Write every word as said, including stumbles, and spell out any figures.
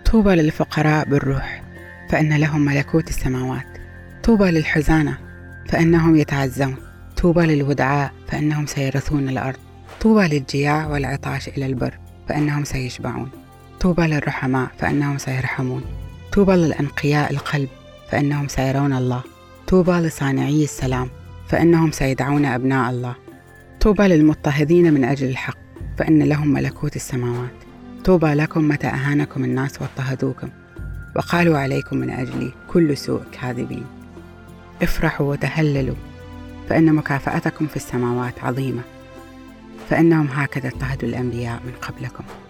طوبى للفقراء بالروح فإن لهم ملكوت السماوات. طوبى للحزانة فإنهم يتعزون. طوبى للودعاء فإنهم سيرثون الأرض. طوبى للجياع والعطاش إلى البر فإنهم سيشبعون. طوبى للرحماء فإنهم سيرحمون. طوبى للأنقياء القلب فإنهم سيرون الله. طوبى لصانعي السلام فإنهم سيدعون أبناء الله. طوبى للمضطهدين من أجل الحق فإن لهم ملكوت السماوات. طوبى لكم متى أهانكم الناس واضطهدوكم وقالوا عليكم من أجلي كل سوء كاذبين. افرحوا وتهللوا فإن مكافأتكم في السماوات عظيمة، فإنهم هكذا اضطهدوا الأنبياء من قبلكم.